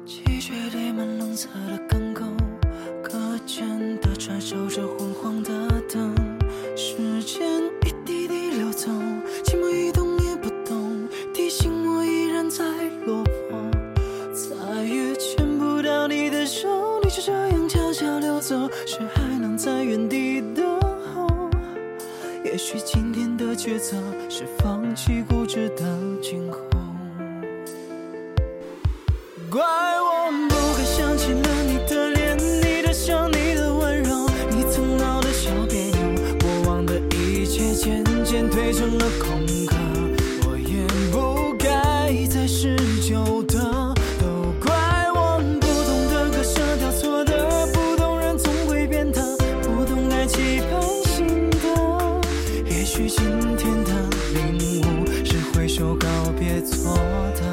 季节堆满冷色的港口，搁浅的船烧着昏黄的灯，时间一滴滴流走，寂寞一动也不动，提醒我依然在落魄，再也牵不到你的手，你就这样悄悄溜走，谁还能在原地等候？也许今天的抉择是放弃固执的今后。怪我不该想起了你的脸，你的笑，你的温柔，你曾闹的小别扭，过往的一切渐渐褪成了空壳，我也不该再是旧的，都怪我不懂得割舍掉错的，不懂人总会变的，不懂该期盼新的，也许今天的领悟是挥手告别错的。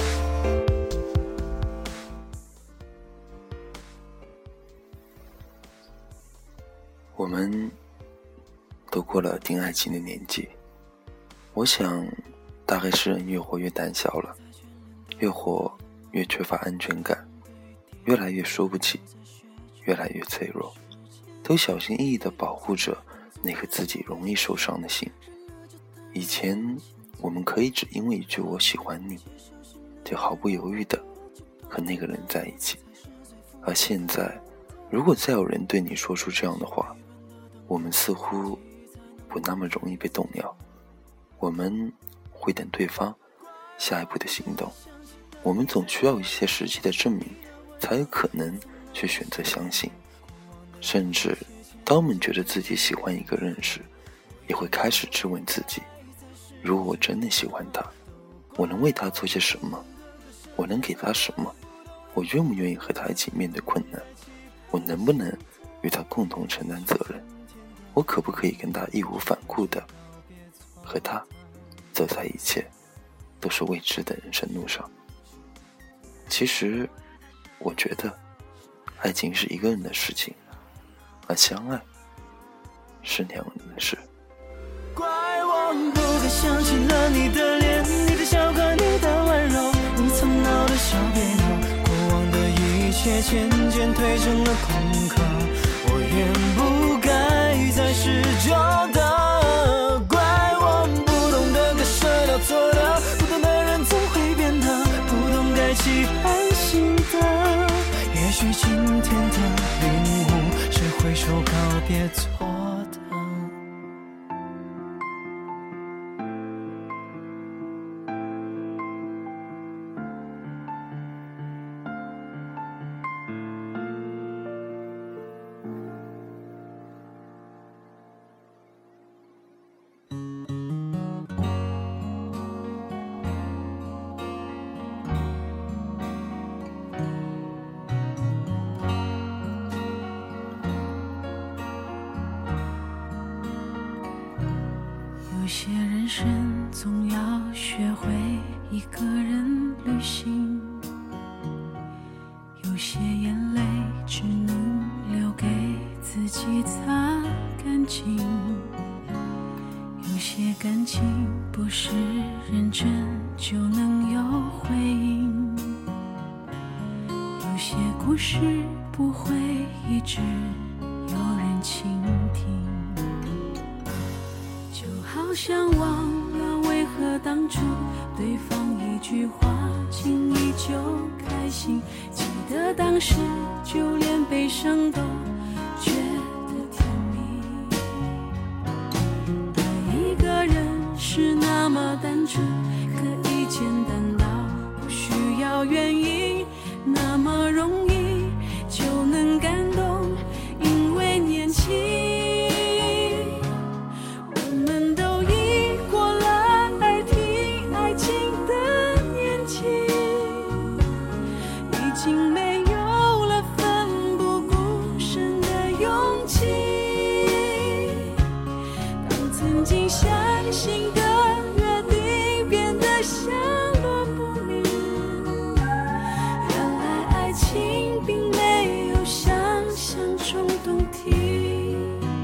我们都过了定爱情的年纪，我想大概是人越活越胆小了，越活越缺乏安全感，越来越说不起，越来越脆弱，都小心翼翼地保护着那颗自己容易受伤的心。以前我们可以只因为一句我喜欢你就毫不犹豫地和那个人在一起，而现在如果再有人对你说出这样的话，我们似乎不那么容易被动摇，我们会等对方下一步的行动，我们总需要一些实际的证明才有可能去选择相信，甚至当我们觉得自己喜欢一个人时，也会开始质问自己，如果我真的喜欢他，我能为他做些什么？我能给他什么？我愿不愿意和他一起面对困难？我能不能与他共同承担责任？我可不可以跟他义无反顾的和他走在一切都是未知的人生路上？其实我觉得爱情是一个人的事情，而相爱是两个人的事。 怪我不该想起了你的脸，你的笑和你的温柔，你曾闹的小别扭，过往的一切渐渐褪成了空壳，我也不该再是旧的，怪我不懂得割舍掉错的，不懂的人总会变的，不懂该期盼新的，也许今天的领悟是挥手告别错的。有些人生总要学会一个人旅行，有些眼泪只能留给自己擦干净，有些感情不是认真就能有回应，有些故事不会一直有人倾听，就好像忘了为何当初对方一句话轻易就开心，记得当时就连悲伤都觉得甜蜜，爱一个人是那么单纯，可以简单到不需要原因，那么容易就能感动，因为年轻相信的约定变得下落不明，原来爱情并没有想象中动听，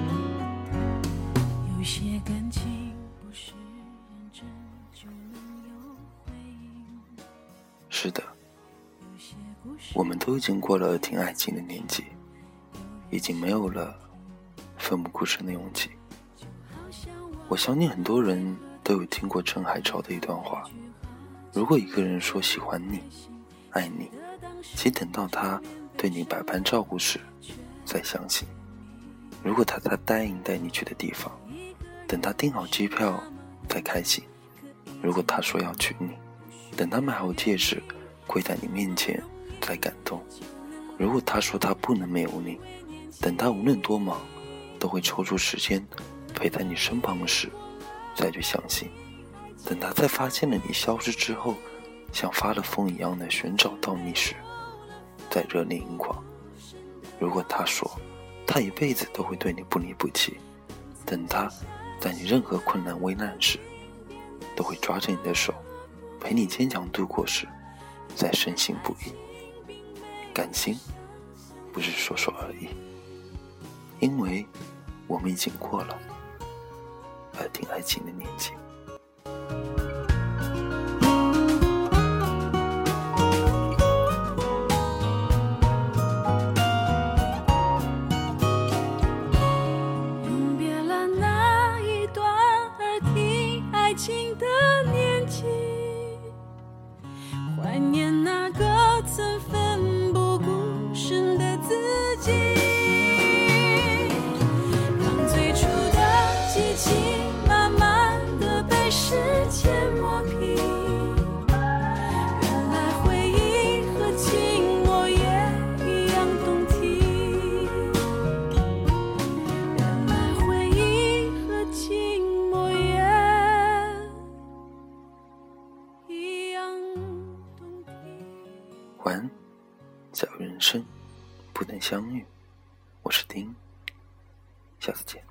有些感情不是认真就能有回应。 是的， 我们都已经过了听爱情的年纪，已经没有了奋不顾身的勇气。我相信很多人都有听过陈海潮的一段话，如果一个人说喜欢你爱你，请等到他对你百般照顾时再相信。如果他答应带你去的地方，等他订好机票再开心。如果他说要娶你，等他买好戒指跪在你面前再感动。如果他说他不能没有你，等他无论多忙都会抽出时间陪在你身旁时再去相信。等他在发现了你消失之后像发了疯一样的寻找到你时再热泪盈眶。如果他说他一辈子都会对你不离不弃，等他在你任何困难危难时都会抓着你的手陪你坚强度过时再深信不疑。感情不是说说而已，因为我们已经过了爱听爱情的年纪。 永别了那一段儿听爱情的年纪，怀念那个曾奋不顾身的自己。当最初的激情慢慢的被时间磨平，原来回忆和寂寞也一样动听。原来回忆和寂寞也一样动听。 晚安，假如人生不能相遇，我是丁，下次见。